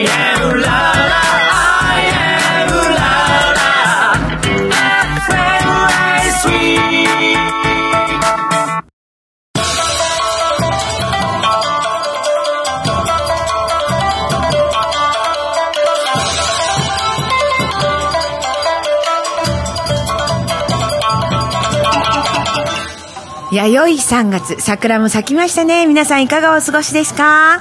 いや、良い3月、桜も咲きましたね。皆さんいかがお過ごしですか？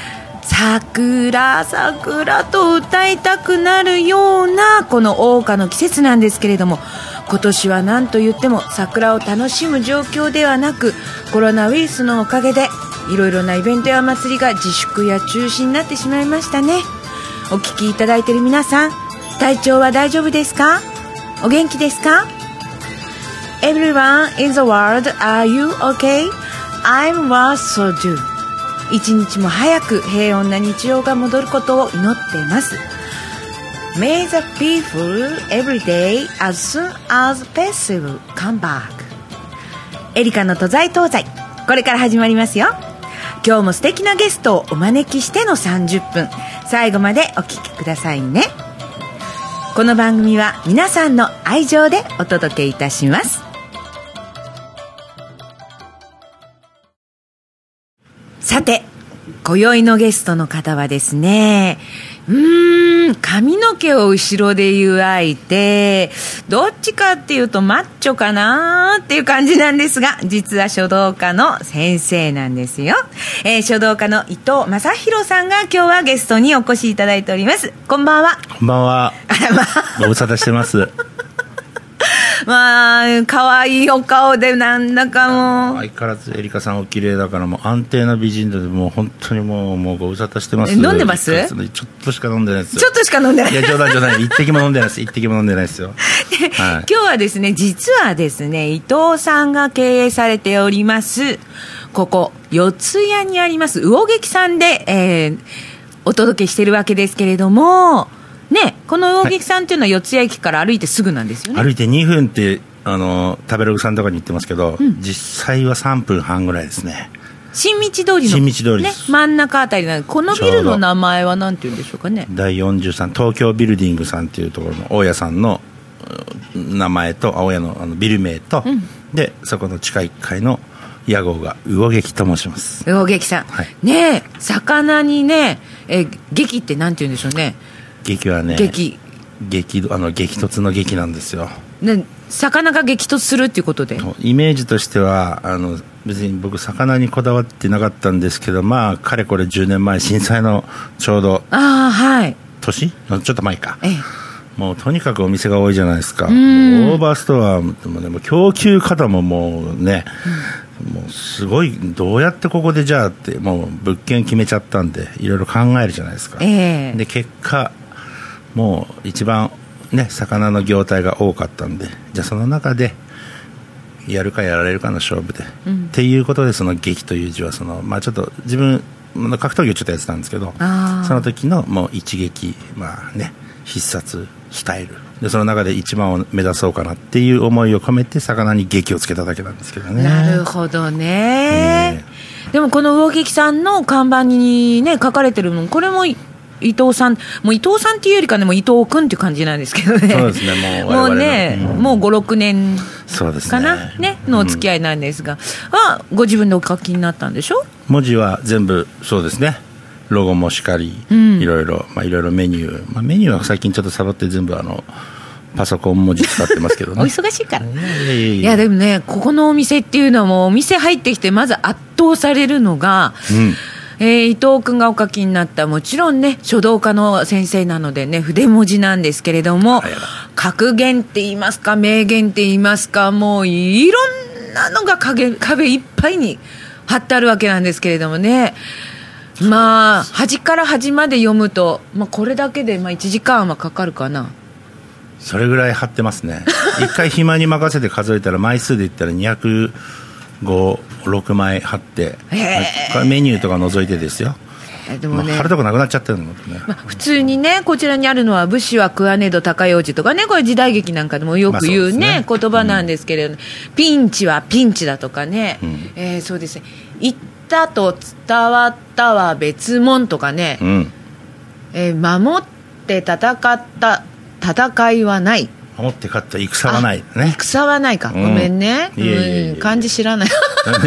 桜桜と歌いたくなるようなこの桜花の季節なんですけれども、今年は何と言っても桜を楽しむ状況ではなく、コロナウイルスのおかげでいろいろなイベントや祭りが自粛や中止になってしまいましたね。お聞きいただいている皆さん、体調は大丈夫ですか？お元気ですか？ Everyone in the world, are you okay? I'm well, so do. 一日も早く平穏な日常が戻ることを祈っています。 May the people every day as soon as possible come back. エリカの都在東西、これから始まりますよ。今日も素敵なゲストをお招きしての30分、最後までお聞きくださいね。この番組は皆さんの愛情でお届けいたします。さて、今宵のゲストの方はですね、髪の毛を後ろで湯いて、どっちかっていうとマッチョかなっていう感じなんですが、実は書道家の先生なんですよ。書道家の伊藤正弘さんが今日はゲストにお越しいただいております。こんばんは。 こんばんは。ご無沙汰してます。 まあ可愛いお顔で、なんだかもう相変わらずエリカさんお綺麗だから、もう安定な美人で、もう本当にもうご無沙汰してます。 飲んでます？ ちょっとしか飲んでないですよ。 ちょっとしか飲んでない。 いや、冗談一滴も飲んでないです。一滴も飲んでないですよ。 はい、今日はですね、実はですね、伊藤さんが経営されておりますここ四谷にあります魚劇さんで、お届けしているわけですけれどもね、この魚劇さんっていうのは四ツ谷駅から歩いてすぐなんですよね。 歩いて2分って食べログさんとかに言ってますけど、実際は3分半ぐらいですね。 新道通りの、 新道通りです、 ね、真ん中あたりなので、このビルの名前は何て言うんでしょうかね。 第43東京ビルディングさんっていうところの大家さんの名前と大家のビル名と、でそこの地下1階の屋号が魚劇と申します。 魚劇さん、はい、ねえ、魚にね、劇って何て言うんでしょうね。 劇はね、激突の劇なんですよ。 ね、魚が激突するっていうことで、 イメージとしては別に僕魚にこだわってなかったんですけど、まあかれこれ10年前、震災のちょうど年のちょっと前か、もうとにかくお店が多いじゃないですか。オーバーストアもね、もう供給方ももうね、もうすごい、どうやってここでじゃあってもう物件決めちゃったんで、いろいろ考えるじゃないですか。で結果もう一番ね、魚の業態が多かったんで、じゃあその中でやるかやられるかの勝負で、っていうことで、その劇という字はまあ、ちょっと自分格闘技をちょっとやってたんですけど、その時のもう一撃、まあね、必殺スタイルで、その中で一番を目指そうかなっていう思いを込めて魚に劇をつけただけなんですけどね。 なるほどね。でもこの魚劇さんの看板にね書かれてるの、これも伊藤さん、もう伊藤さんっていうよりかね、もう伊藤君っていう感じなんですけどね。 そうですね、 もうね、もう5、6年かな、 ね、 のお付き合いなんですが、ご自分でお書きになったんでしょ？ 文字は全部そうですね。ロゴもしかり、いろいろメニュー、メニューは最近ちょっとサボって全部パソコン文字使ってますけどね。 お忙しいから。いやでもね、ここのお店っていうのはもうお店入ってきてまず圧倒されるのが、伊藤君がお書きになった、もちろんね書道家の先生なのでね、筆文字なんですけれども、格言って言いますか名言って言いますか、もういろんなのが壁いっぱいに貼ってあるわけなんですけれどもね、まあ端から端まで読むと、これだけで1時間はかかるかな。 それぐらい貼ってますね。一回暇に任せて数えたら、枚数で言ったら205、6枚貼って、メニューとか除いてですよ。でもね、貼るとこなくなっちゃってるの、 普通にね、こちらにあるのは武士は食わねど高用事とかね、これ時代劇なんかでもよく言うね、言葉なんですけれど、ピンチはピンチだとかね、そうですね、言ったと伝わったは別物とかね、 守って戦った戦いはない。 守って勝った戦はないね。 戦はないか、ごめんね、漢字知らない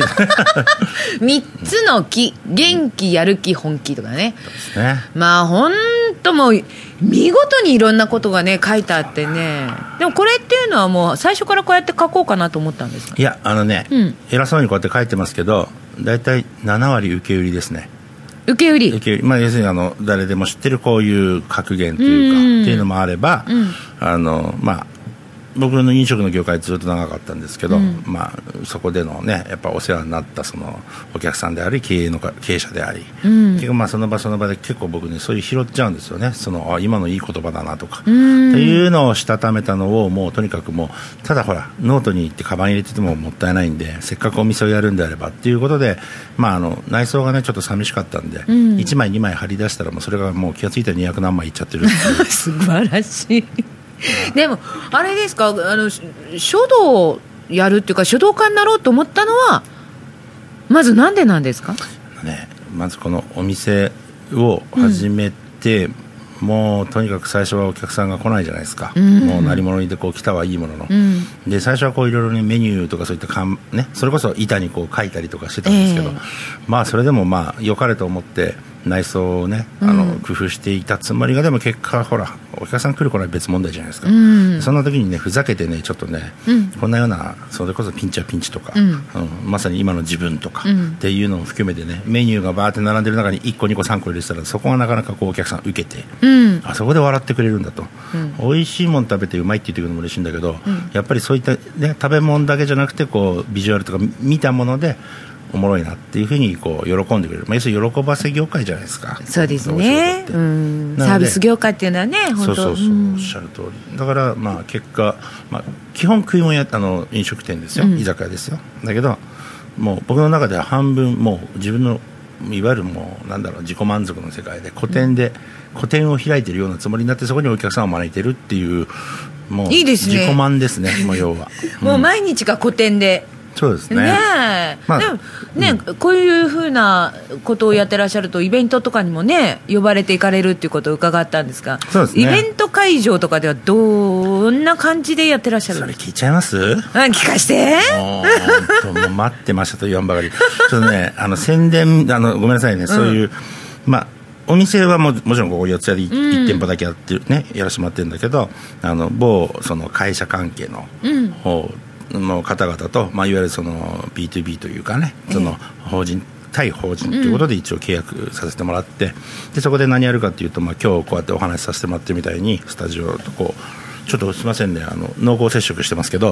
3つの木、元気、やる気、本気とかね。 そうですね。 まあ本当もう見事にいろんなことがね書いてあってね。でもこれっていうのはもう最初からこうやって書こうかなと思ったんですか？ いや偉そうにこうやって書いてますけど、だいたい7割受け売りですね。 受け売り、 まあ、要するに誰でも知ってるこういう格言というか、っていうのもあれば、まあ僕の飲食の業界ずっと長かったんですけど、まあ、そこでのねやっぱお世話になったそのお客さんであり経営者であり、結構まあその場その場で結構僕ねそういう拾っちゃうんですよね。今のいい言葉だなとかっていうのをしたためたのをもうとにかくもうただほらノートに行ってカバン入れててももったいないんで、せっかくお店をやるんであればっていうことで、まあ、内装がねちょっと寂しかったんで、1枚2枚貼り出したらもうそれがもう気がついたら200何枚いっちゃってるっていう素晴らしいでもあれですか、書道をやるっていうか書道家になろうと思ったのはまずなんでなんですか？ まずこのお店を始めて、もうとにかく最初はお客さんが来ないじゃないですか、もう鳴り物にでこう来たはいいものの、で最初はこういろいろねメニューとかそういったそれこそ板にこう書いたりとかしてたんですけど、まあそれでもまあ良かれと思って内装をね工夫していたつもりが、でも結果ほらお客さん来る頃は別問題じゃないですか、そんな時にねふざけてねちょっとね、こんなようなそれこそピンチはピンチとか、まさに今の自分とかっていうのを含めてね、メニューがバーって並んでる中に1個2個3個入れてたらそこがなかなかこうお客さん受けて、あそこで笑ってくれるんだと、美味しいもの食べてうまいって言ってくれるのも嬉しいんだけど、やっぱりそういった、ね、食べ物だけじゃなくてこうビジュアルとか見たものでおもろいなっていうふうにこう喜んでくれる、要するに喜ばせ業界じゃないですか。 そうですね、サービス業界っていうのはね本当そう、おっしゃる通りだから、まあ、結果、まあ、基本食い物飲食店ですよ、居酒屋ですよ。だけどもう僕の中では半分もう自分のいわゆるもうなんだろう自己満足の世界で個展を開いているようなつもりになって、そこにお客さんを招いてるっていう、もういいですね、 自己満ですねもう要は、 もう毎日が個展で、 そうですね。 まあ、でもね、こういうふうなことをやってらっしゃるとイベントとかにもね呼ばれていかれるっていうことを伺ったんですが、 そうですね、 イベント会場とかではどんな感じでやってらっしゃるんですか？ それ聞いちゃいます？ 聞かしてもう待ってましたと言わんばかりちょっとね宣伝ごめんなさいね、そういうまあお店はもちろんここ四谷で1店舗だけやってる、やらせてもらってるんだけど、某その会社関係の方の方々と、まあ、いわゆるその B2B というかね、その対法人ということで一応契約させてもらって、でそこで何やるかというと、まあ、今日こうやってお話しさせてもらってるみたいにスタジオとこうちょっとすいませんね濃厚接触してますけど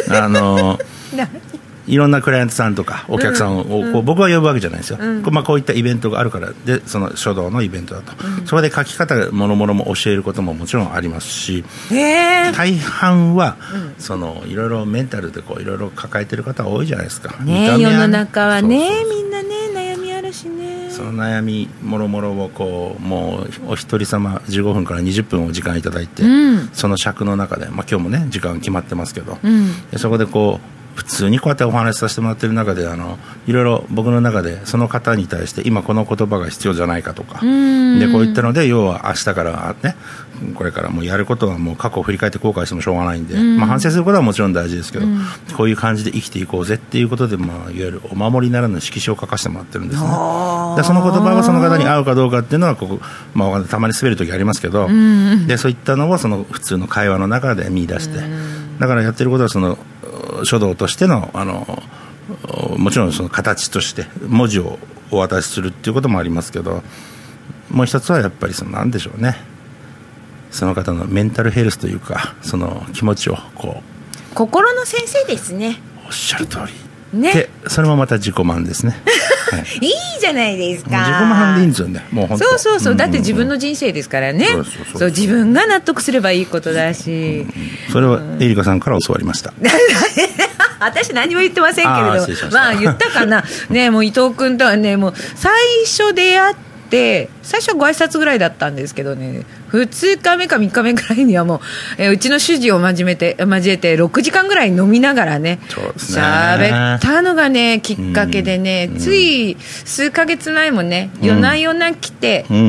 いろんなクライアントさんとかお客さんをこう僕は呼ぶわけじゃないですよ、まあ、こういったイベントがあるからで、その書道のイベントだと、そこで書き方もろもろも教えることももちろんありますし、大半は、そのいろいろメンタルでこういろいろ抱えてる方多いじゃないですか、 世の中はね、みんなね悩みあるしね、 その悩みもろもろをこうもうお一人様15分から20分お時間いただいて、その尺の中で、まあ、今日もね時間決まってますけど、でそこでこう普通にこうやってお話しさせてもらってる中でいろいろ僕の中でその方に対して今この言葉が必要じゃないかとかでこういったので、要は明日からねこれからもうやることはもう過去を振り返って後悔してもしょうがないんで、まあ、反省することはもちろん大事ですけど、こういう感じで生きていこうぜっていうことで、まあ、いわゆるお守りならぬ色紙を書かせてもらってるんですね。でその言葉がその方に合うかどうかっていうのはここ、まあ、たまに滑る時ありますけど、でそういったのをその普通の会話の中で見出して、だからやってることはその書道としてのもちろんその形として文字をお渡しするっていうこともありますけど、もう一つはやっぱりその何でしょうね、その方のメンタルヘルスというかその気持ちをこう心の先生ですね。 おっしゃる通り、でそれもまた自己満ですねいいじゃないですか。 自己満でいいんですよね。もう本当そう、だって自分の人生ですからね。そう自分が納得すればいいことだし、 それはエリカさんから教わりました私何も言ってませんけれど、まあ言ったかなね。もう伊藤君とはねもう最初出会って最初はご挨拶ぐらいだったんですけどね、2日目か3日目ぐらいにはもう、うちの主人を交えて6時間ぐらい飲みながらね喋ったのがねきっかけでね、つい数ヶ月前もね夜な夜な来て、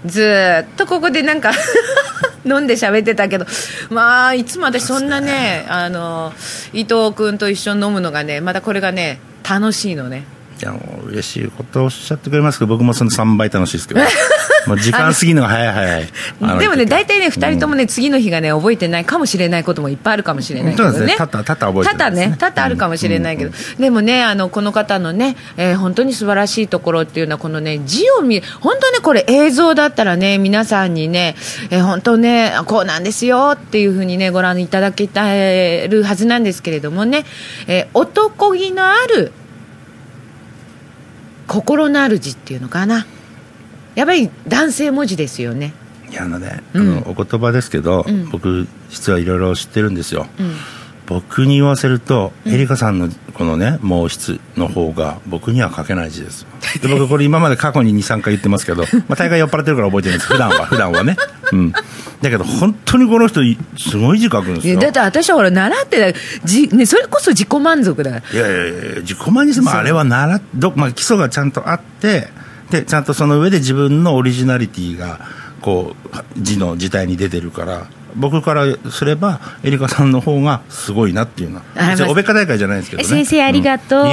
ずっとここでなんか飲んで喋ってたけど、まあいつも私そんなね、伊藤君と一緒に飲むのがね、またこれがね楽しいのね。 いや、もう嬉しいことをおっしゃってくれますけど、僕もその3倍楽しいですけどもう時間過ぎるのが早いでもね、大体ね2人ともね、次の日がね覚えてないかもしれないこともいっぱいあるかもしれないけどね。 多々覚えてないですね。 多々あるかもしれないけど、でもね、この方のね、本当に素晴らしいところっていうのは、このね字を本当ね、これ映像だったらね、皆さんにね、本当ねこうなんですよっていうふうにねご覧いただけるはずなんですけれどもね、男気のある心のある字っていうのかな、やっぱり男性文字ですよね。 いやお言葉ですけど、僕実はいろいろ知ってるんですよ、僕に言わせると、エリカさんのこのね毛筆の方が僕には書けない字ですで、僕これ今まで過去に 2,3 回言ってますけど、大概酔っ払ってるから覚えてるんです、普段はね、だけど本当にこの人すごい字書くんですよ。 だって私はほら習ってた、ね、それこそ自己満足だ。 いや自己満にしてもあれは基礎がちゃんとあって、でちゃんとその上で自分のオリジナリティがこう字の字体に出てるから、僕からすればエリカさんの方がすごいなっていうのは、おべっか大会じゃないですけどね。 先生ありがとう、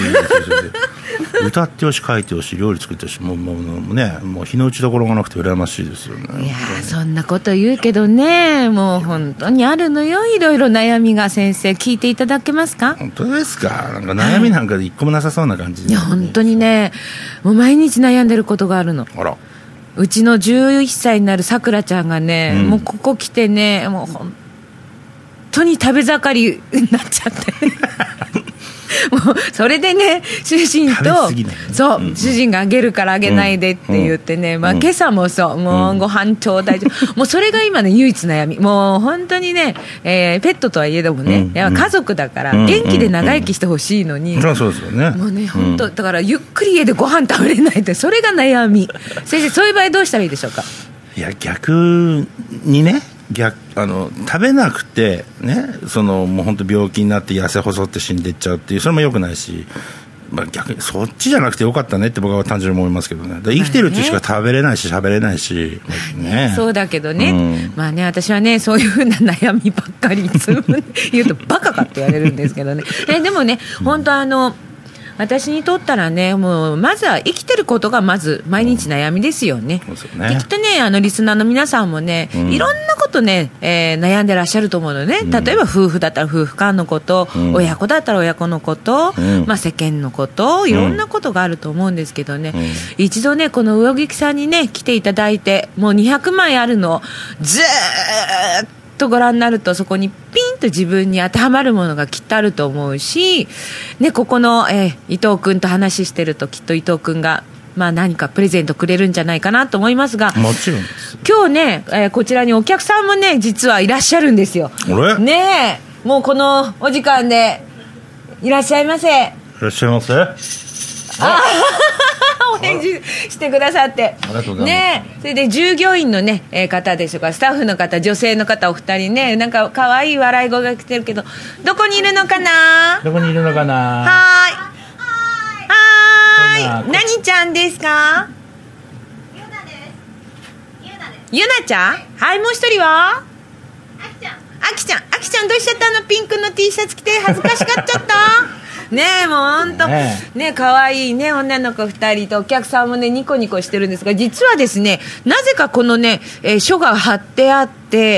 歌ってほし、書いてほし、料理作ってほし、もう日の打ちどころがなくて羨ましいですよね。 いやそんなこと言うけどね、もう本当にあるのよ、いろいろ悩みが。先生聞いていただけますか？ 本当ですか？なんか悩みなんかで一個もなさそうな感じで、 いや本当にね、もう毎日悩んでることがあるの。 あら、 うちの11歳になるさくらちゃんがね、もうここ来てね、もう本当に食べ盛りになっちゃってもうそれでね、主人と、そう、主人があげるからあげないでって言ってね、今朝もそう、もうご飯ちょうだい、もうそれが今ね唯一悩み。もう本当にね、ペットとはいえどもね、やっぱ家族だから元気で長生きしてほしいのに、 そうですよね。 もうね本当だからゆっくり家でご飯食べれないって、それが悩み。先生、そういう場合どうしたらいいでしょうか？ いや逆にね、食べなくてね、もう本当病気になって痩せ細って死んでいっちゃうっていう、それも良くないし、逆にそっちじゃなくてよかったねって僕は単純に思いますけどね。生きてるうちしか食べれないし喋れないし、 そうだけどね、私はねそういうふうな悩みばっかり言うとバカかって言われるんですけどねでもね、本当私にとったらね、もうまずは生きてることがまず毎日悩みですよね。できっとね、リスナーの皆さんもね、いろんなことね、悩んでらっしゃると思うのね。例えば夫婦だったら夫婦間のこと、親子だったら親子のこと、世間のこと、いろんなことがあると思うんですけどね、一度ねこの魚菊さんにね来ていただいて、もう200枚あるのをずーっとご覧になると、そこにピンと自分に当てはまるものがきっとあると思うし、ね、ここの、伊藤君と話してるときっと伊藤君が、何かプレゼントくれるんじゃないかなと思いますが、 もちろんです。 今日ね、こちらにお客さんもね実はいらっしゃるんですよ。ねえ、もうこのお時間でいらっしゃいませ。いらっしゃいませ。 お返事してくださって、 ありがとうございます。 ね、それで従業員の、ね方でしょうか、スタッフの方、女性の方お二人ね、なんか可愛い笑い声が来てるけど、どこにいるのかな？ どこにいるのかな？ はーい。何ちゃんですか？ゆなちゃん。はい、もう一人は？あきちゃん。あきちゃんどうしちゃったの？ピンクの T シャツ着て恥ずかしがっちゃったねえ、もう本当ね、可愛いね女の子2人と、お客さんもねニコニコしてるんですが、実はですね、なぜかこのね、書が貼ってあって、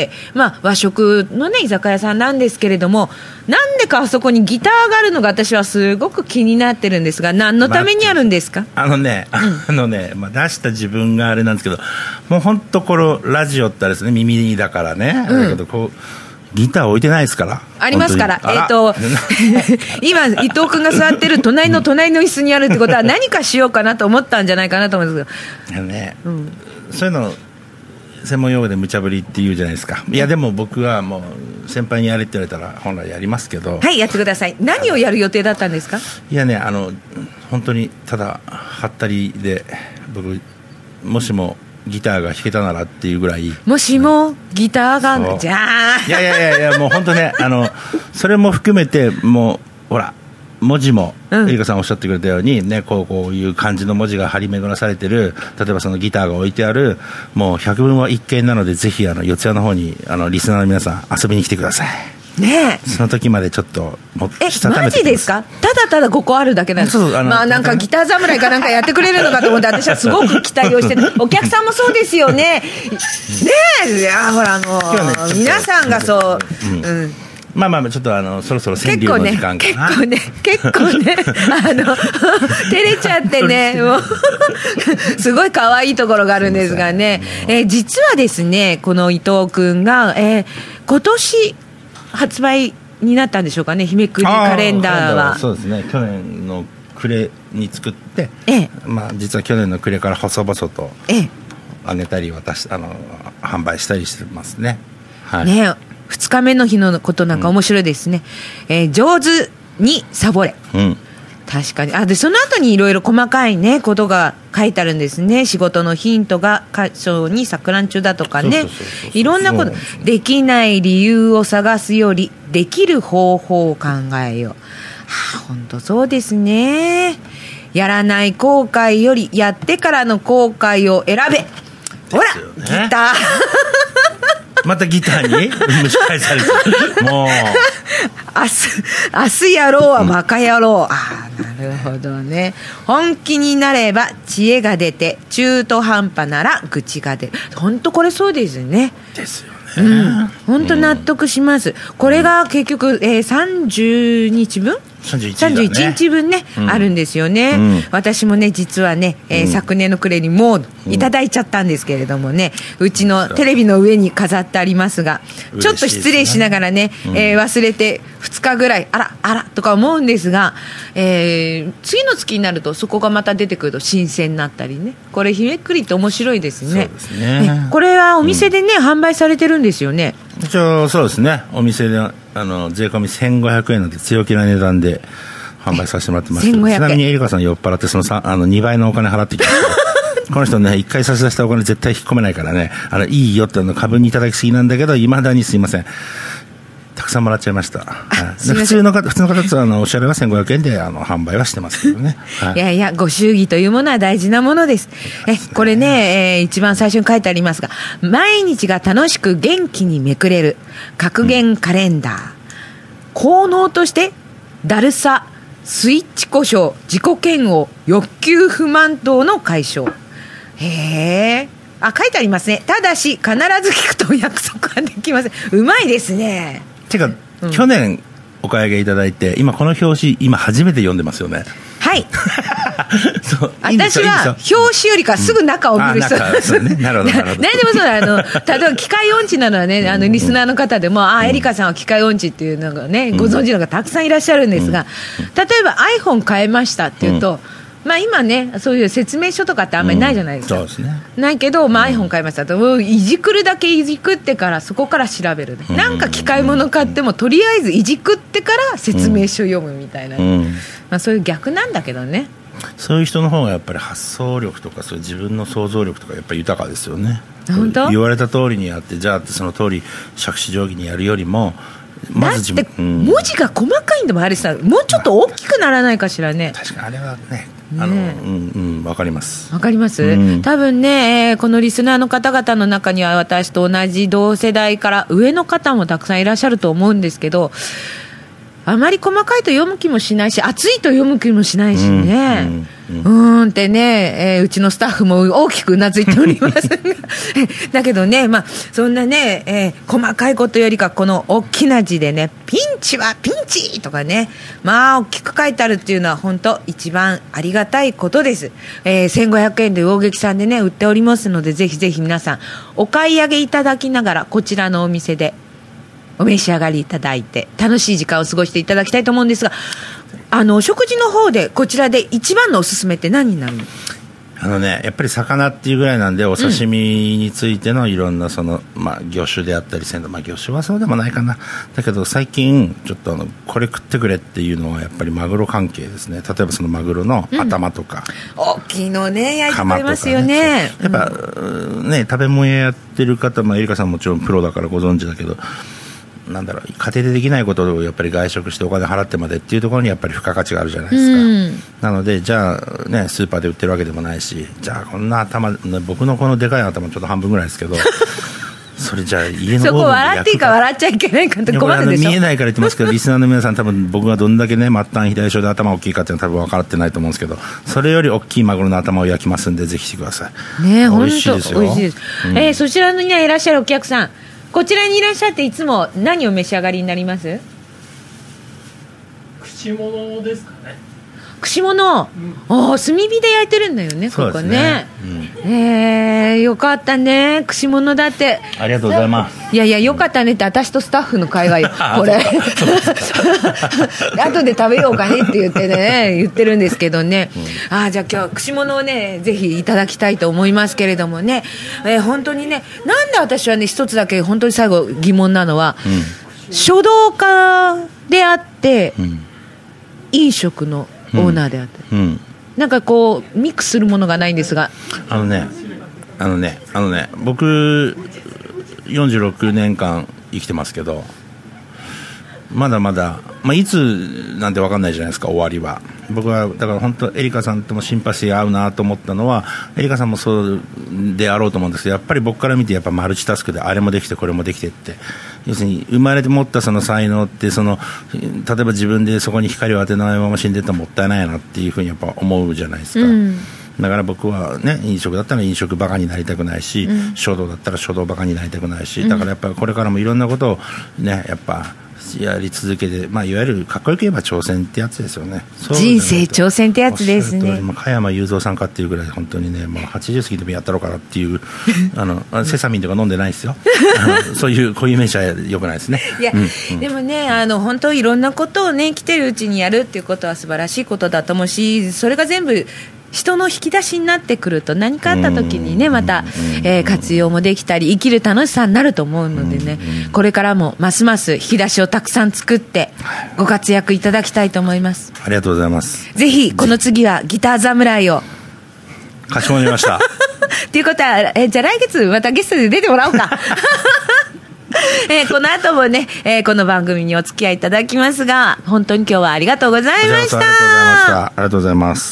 和食のね居酒屋さんなんですけれども、なんでかあそこにギターがあるのが私はすごく気になってるんですが、何のためにあるんですか？ 出した自分があれなんですけど、もう本当このラジオってあれですね、耳だからね、だけどこうギター置いてないですから。 ありますから。今伊藤君が座ってる隣の椅子にあるってことは、何かしようかなと思ったんじゃないかなと思うんですけど、 そういうの専門用語で無茶ぶりって言うじゃないですか。いやでも僕はもう先輩にやれって言われたら本来やりますけど。 はい、やってください。何をやる予定だったんですか？ いやね、本当にただはったりで、僕もしもギターが弾けたならっていうぐらい、 もしもギターがじゃあ、 いやもう本当ね、それも含めて、もうほら、 文字も、エリカさんおっしゃってくれたように、ね、こういう感じの文字が張り巡らされてる、例えばそのギターが置いてある、もう百聞は一見なので、ぜひ四谷の方にリスナーの皆さん遊びに来てください。 ねえ、 その時までちょっとマジですか？ただただここあるだけなんです。まあなんかギター侍かなんかやってくれるのかと思って私はすごく期待をしてる。お客さんもそうですよね。ねえ、いやほらもう、皆さんがそう、 まあちょっとそろそろ川柳の時間かな。 結構ね照れちゃってねもうすごい可愛いところがあるんですがね、実はですね、この伊藤君が、今年発売になったんでしょうかね、日めくりカレンダーは。 そうですね、去年の暮れに作って、まあ、実は去年の暮れから細々とあげたり販売したりしてますね。はい、ね、 2日目の日のことなんか面白いですね。上手にサボれ。確かに。でその後にいろいろ細かいねことが書いてあるんですね。仕事のヒントが箇所に錯乱中だとかね、いろんなこと。できない理由を探すよりできる方法を考えよう。本当そうですね。やらない後悔よりやってからの後悔を選べ。ほら、ギターまたギターに蒸し返されてもう明日やろうはバカ野郎。なるほどね。本気になれば知恵が出て、中途半端なら愚痴が出る。本当これそうですね。 ですよね。 本当納得します。これが結局、30日分31日分ね、あるんですよね。私もね実はね、昨年の暮れにもういただいちゃったんですけれどもね、うちのテレビの上に飾ってありますが、ちょっと失礼しながらね、忘れて2日ぐらいあらとか思うんですが、次の月になるとそこがまた出てくると新鮮になったりね、これ日めくりって面白いですね。 そうですね。 これはお店でね、販売されてるんですよね。 一応そうですね、お店で税込み1500円なんで強気な値段で販売させてもらってますけど、ちなみにエリカさん酔っ払って2倍のお金払ってきましたこの人ね、1回差し出したお金絶対引っ込めないからね、いいよって株にいただきすぎなんだけど、いまだにすいません、たくさんもらっちゃいました。普通の方とお支払いは1500円で販売はしてますけどね。 いやいや、ご祝儀というものは大事なものです。これね、一番最初に書いてありますが、毎日が楽しく元気にめくれる格言カレンダー、効能としてだるさ、スイッチ故障、自己嫌悪、欲求不満等の解消。書いてありますね。ただし必ず聞くと約束はできません。うまいですね。 てか、去年お買い上げいただいて、今この表紙今初めて読んでますよね。 はいそう、私は表紙よりかすぐ中を見る人、なるほどなるほど。でもそう例えば機械音痴なのはね、リスナーの方でもエリカさんは機械音痴っていうのがね、ご存知の方たくさんいらっしゃるんですが、例えば iPhone 変えましたっていうと、今ね、そういう説明書とかってあんまりないじゃないですか。 そうですね。 ないけど、iPhone 買いましたと、いじくるだけいじくってからそこから調べる、なんか機械物買ってもとりあえずいじくってから説明書読むみたいな、そういう逆なんだけどね。 そういう人の方がやっぱり発想力とか、そういう自分の想像力とかやっぱり豊かですよね。 本当？ 言われた通りにやって、じゃあその通り杓子定規にやるよりも、まずだって文字が細かいんでもあれさ、もうちょっと大きくならないかしらね。 確かにあれはね、わかります。 わかります、多分ね、このリスナーの方々の中には私と同じ同世代から上の方もたくさんいらっしゃると思うんですけど、あまり細かいと読む気もしないし、熱いと読む気もしないしね、ってね、うちのスタッフも大きくうなずいておりますだけどね、そんなね、細かいことよりかこの大きな字でね、ピンチはピンチとかね、大きく書いてあるっていうのは本当一番ありがたいことです。1500円で魚劇さんでね売っておりますので、ぜひぜひ皆さんお買い上げいただきながら、こちらのお店でお召し上がりいただいて楽しい時間を過ごしていただきたいと思うんですが、お食事の方でこちらで一番のおすすめって何になるの？ やっぱり魚っていうぐらいなんで、お刺身についてのいろんな魚種であったり魚種はそうでもないかな。だけど最近ちょっとこれ食ってくれっていうのはやっぱりマグロ関係ですね。例えばそのマグロの頭とか、 大きいのね焼いてくれますよね。 やっぱね、食べ物屋やってる方、エリカさんもちろんプロだからご存知だけど、 なんだろう、家庭でできないことをやっぱり外食してお金払ってまでっていうところにやっぱり付加価値があるじゃないですか、なのでじゃあねスーパーで売ってるわけでもないし、じゃあこんな頭、僕のこのでかい頭ちょっと半分ぐらいですけどそれじゃあ家のそこ笑っていいか笑っちゃいけないかって困るでしょ。 見えないから言ってますけどリスナーの皆さん多分僕がどんだけね末端肥大症で頭大きいかっていうのは多分分かってないと思うんですけど、それより大きいマグロの頭を焼きますんでぜひしてくださいね。美味しいですよ。 美味しいです、そちらにいらっしゃるお客さん、こちらにいらっしゃっていつも何を召し上がりになります？ 串物ですかね。 串物、炭火で焼いてるんだよね、ここね。よかったね、串物だって。 ありがとうございます。 いやいや、よかったねって私とスタッフの会話よこれ後で食べようかねって言ってね言ってるんですけどね、じゃあ今日は串物をねぜひいただきたいと思いますけれどもね、本当にね、なんで私はね一つだけ本当に最後疑問なのは、書道家であって、飲食のオーナーであって、なんかこうミックスするものがないんですが、 僕46年間生きてますけど、まだまだ、いつなんて分かんないじゃないですか終わりは。僕はだから本当エリカさんともシンパシー合うなと思ったのは、エリカさんもそうであろうと思うんですけど、やっぱり僕から見てやっぱマルチタスクであれもできてこれもできてって、要するに生まれて持ったその才能って例えば自分でそこに光を当てないまま死んでったらもったいないなっていうふうにやっぱ思うじゃないですか、だから僕はね、飲食だったら飲食バカになりたくないし、書道だったら書道バカになりたくないし、だからやっぱりこれからもいろんなことをねやっぱやり続けて、いわゆるかっこよく言えば挑戦ってやつですよね。 人生挑戦ってやつですね。 加山雄三さんかっていうぐらい本当にね、もう80過ぎでもやったろうかなっていうセサミンとか飲んでないですよそういうこういうイメージは良くないですね。 いや、でもね本当いろんなことをね生きてるうちにやるっていうことは素晴らしいことだと思うし、それが全部人の引き出しになってくると何かあった時にねまた、活用もできたり生きる楽しさになると思うのでね、これからもますます引き出しをたくさん作ってご活躍いただきたいと思います。 ありがとうございます。 ぜひこの次はギター侍をかしこまりましたということは、じゃあ来月またゲストで出てもらおうかこの後もね、この番組にお付き合いいただきますが、本当に今日はありがとうございました。 ありがとうございます。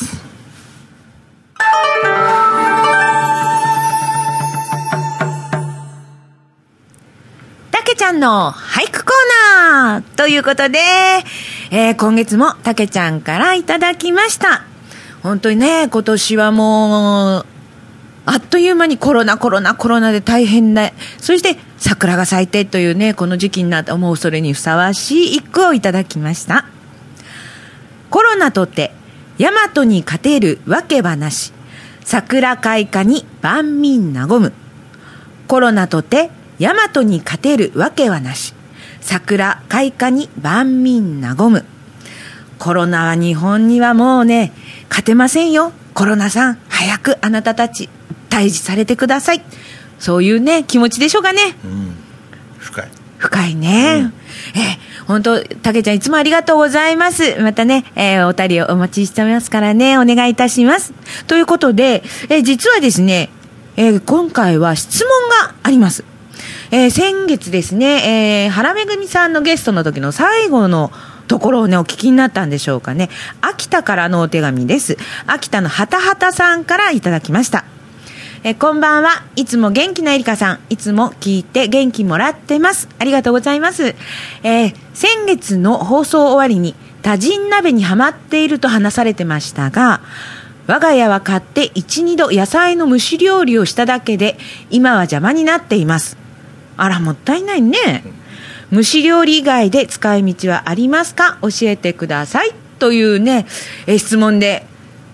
たけちゃんの俳句コーナーということで、今月もたけちゃんからいただきました。本当にね、今年はもうあっという間にコロナで大変だ。そして桜が咲いてというね、この時期になって思うそれにふさわしい一句をいただきました。コロナとて大和に勝てるわけはなし、桜開花に万民和む。コロナとて大和に勝てるわけはなし、桜開花に万民和む。コロナは日本にはもうね勝てませんよ。コロナさん早くあなたたち退治されてください。そういうね気持ちでしょうかね、深いね、本当たけちゃんいつもありがとうございます。またね、お便りをお待ちしてますからね、お願いいたします。ということで、実はですね、今回は質問があります。先月ですね、原めぐみさんのゲストの時の最後のところをねお聞きになったんでしょうかね。秋田からのお手紙です。秋田のはたはたさんからいただきました。こんばんは。いつも元気なえりかさん、いつも聞いて元気もらってます。ありがとうございます。先月の放送終わりに多人鍋にハマっていると話されてましたが、我が家は買って 1,2 度野菜の蒸し料理をしただけで今は邪魔になっています。あらもったいないね。蒸し料理以外で使い道はありますか、教えてくださいというね、質問で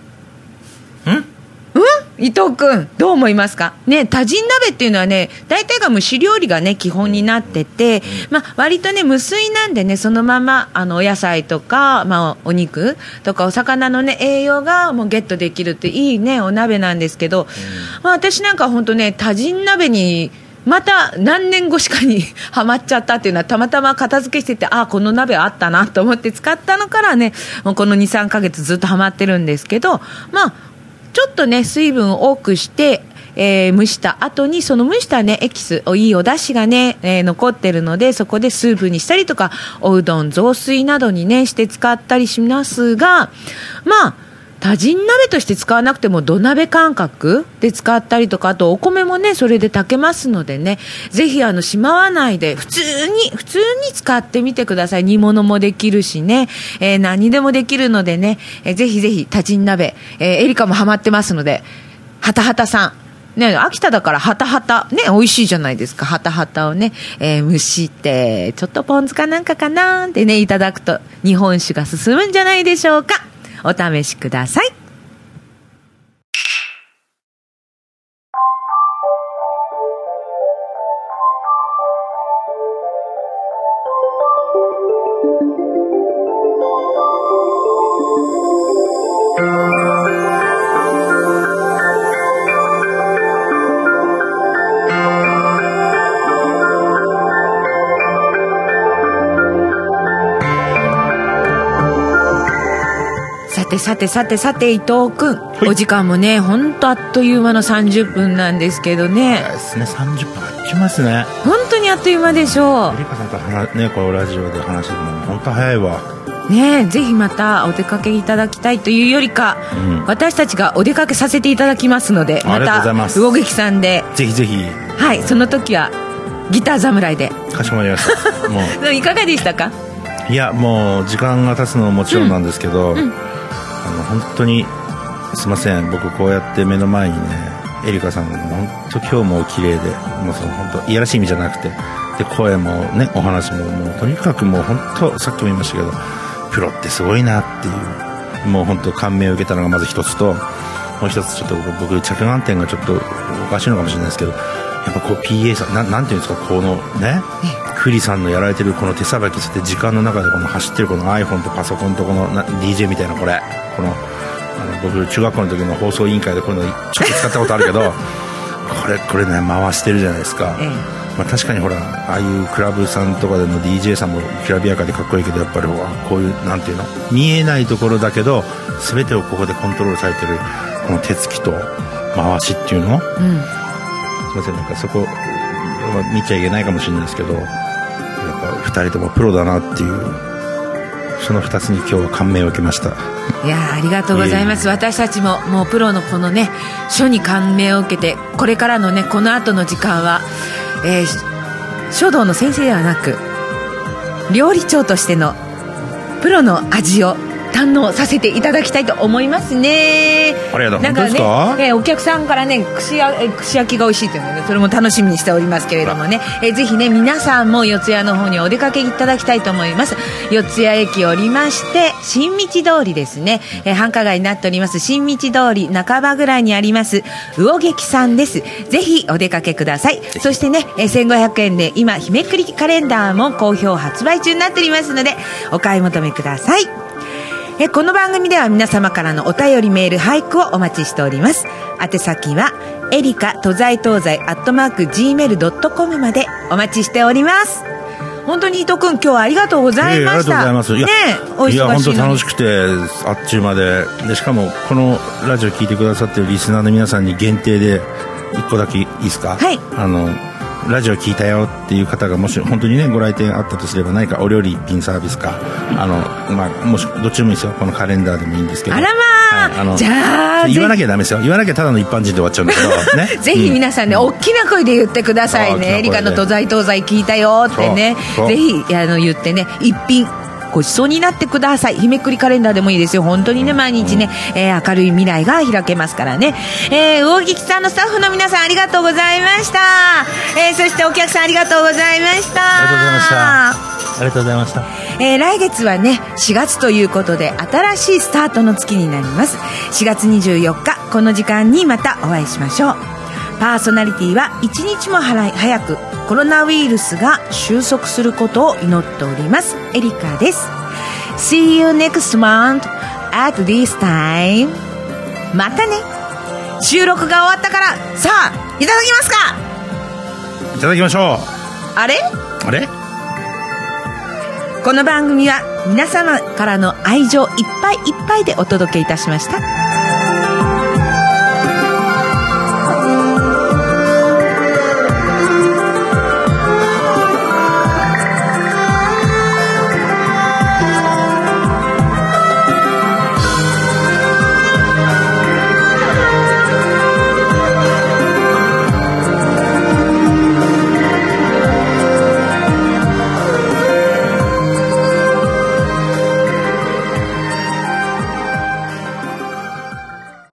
伊藤君どう思いますかね。多人鍋っていうのはね大体が蒸し料理がね基本になってて、割とね無水なんでねそのままお野菜とか、お肉とかお魚のね栄養がもうゲットできるっていいねお鍋なんですけど、私なんか本当ね多人鍋にまた何年越しかにハマっちゃったっていうのはたまたま片付けしてて、この鍋あったなと思って使ったのからねもうこの 2,3 ヶ月ずっとハマってるんですけど、ちょっとね水分を多くして、 蒸した後にその蒸したねエキスいいお出汁がね、残ってるのでそこでスープにしたりとかおうどん雑炊などにねして使ったりしますが、まあ多人鍋として使わなくても土鍋感覚で使ったりとか、あとお米もねそれで炊けますのでね、ぜひしまわないで普通に使ってみてください。煮物もできるしね、何でもできるのでね、ぜひぜひ多人鍋、エリカもハマってますので、はたはたさんね、秋田だからはたはたね美味しいじゃないですか。はたはたをね、蒸してちょっとポン酢かなんかかなってねいただくと日本酒が進むんじゃないでしょうか。お試しください。さて伊藤君、はい、お時間もね本当あっという間の30分なんですけどね。 ですね、30分あっちますね。 本当にあっという間でしょう。 エリカさんとねこのラジオで話してるのも本当早いわね。ぜひまたお出かけいただきたいというよりか、私たちがお出かけさせていただきますので、また魚劇さんでぜひぜひ、 はい、その時はギター侍で。 かしこまりましたもういかがでしたか。 いやもう時間が経つのももちろんなんですけど、本当にすいません、僕こうやって目の前にねエリカさん本当今日も綺麗で、もうその本当いやらしい意味じゃなくて、で声もねお話ももうとにかくもう本当さっきも言いましたけどプロってすごいなっていう、もう本当感銘を受けたのがまず一つと、もう一つちょっと僕着眼点がちょっとおかしいのかもしれないですけど、やっぱこう PA さんなんていうんですか、このねクリさんのやられてるこの手さばきして時間の中でこの走ってるこの iPhone とパソコンとこのDJ みたいなこの僕中学校の時の放送委員会でこういうのちょっと使ったことあるけどこれね回してるじゃないですか、まあ、確かにほらああいうクラブさんとかでの DJ さんもきらびやかでかっこいいけど、やっぱりこういうなんていうの見えないところだけど全てをここでコントロールされてるこの手つきと回しっていうの、すいませんなんかそこ見ちゃいけないかもしれないですけど、やっぱ2人ともプロだなっていう、その2つに今日は感銘を受けました。 いやありがとうございます。私たちももうプロのこのね書に感銘を受けて、これからのねこの後の時間は、書道の先生ではなく料理長としてのプロの味を堪能させていただきたいと思いますね。 ありがとう。 なんかね、お客さんからね串焼きが美味しいというので、それも楽しみにしておりますけれどもね、ぜひね皆さんも四谷の方にお出かけいただきたいと思います。四谷駅を降りまして新道通りですね、繁華街になっております新道通り半ばぐらいにあります魚劇さんです。ぜひお出かけください。そしてね1500円で今日めくりカレンダーも好評発売中になっておりますのでお買い求めください。この番組では皆様からのお便りメール俳句をお待ちしております。宛先はエリカ東西@gmail.com までお待ちしております。本当に伊藤君今日はありがとうございました。 ありがとうございます。いや本当楽しくてあっちゅうまでしかもこのラジオ聞いてくださってるリスナーの皆さんに限定で1個だけいいですか。 はい。 ラジオ聞いたよっていう方がもし本当にねご来店あったとすれば、何かお料理一品サービスかもしどっちでもいいですよ。このカレンダーでもいいんですけど、 あらまあ、じゃあ言わなきゃダメですよ。言わなきゃただの一般人で終わっちゃうんだけどねぜひ皆さんね、大きな声で言ってくださいね。エリカの東西聞いたよってね、ぜひ言ってね一品ごちそうになってください。日めくりカレンダーでもいいですよ。本当にね毎日ね、明るい未来が開けますからね。魚劇さんのスタッフの皆さんありがとうございました。そしてお客さんありがとうございました。 ありがとうございました。ありがとうございました。 来月はね4月ということで新しいスタートの月になります。4月24日この時間にまたお会いしましょう。パーソナリティは一日も早くコロナウイルスが収束することを祈っておりますエリカです。 See you next month at this time。 またね。収録が終わったからさあいただきますか。 いただきましょう。 あれこの番組は皆様からの愛情いっぱいいっぱいでお届けいたしました。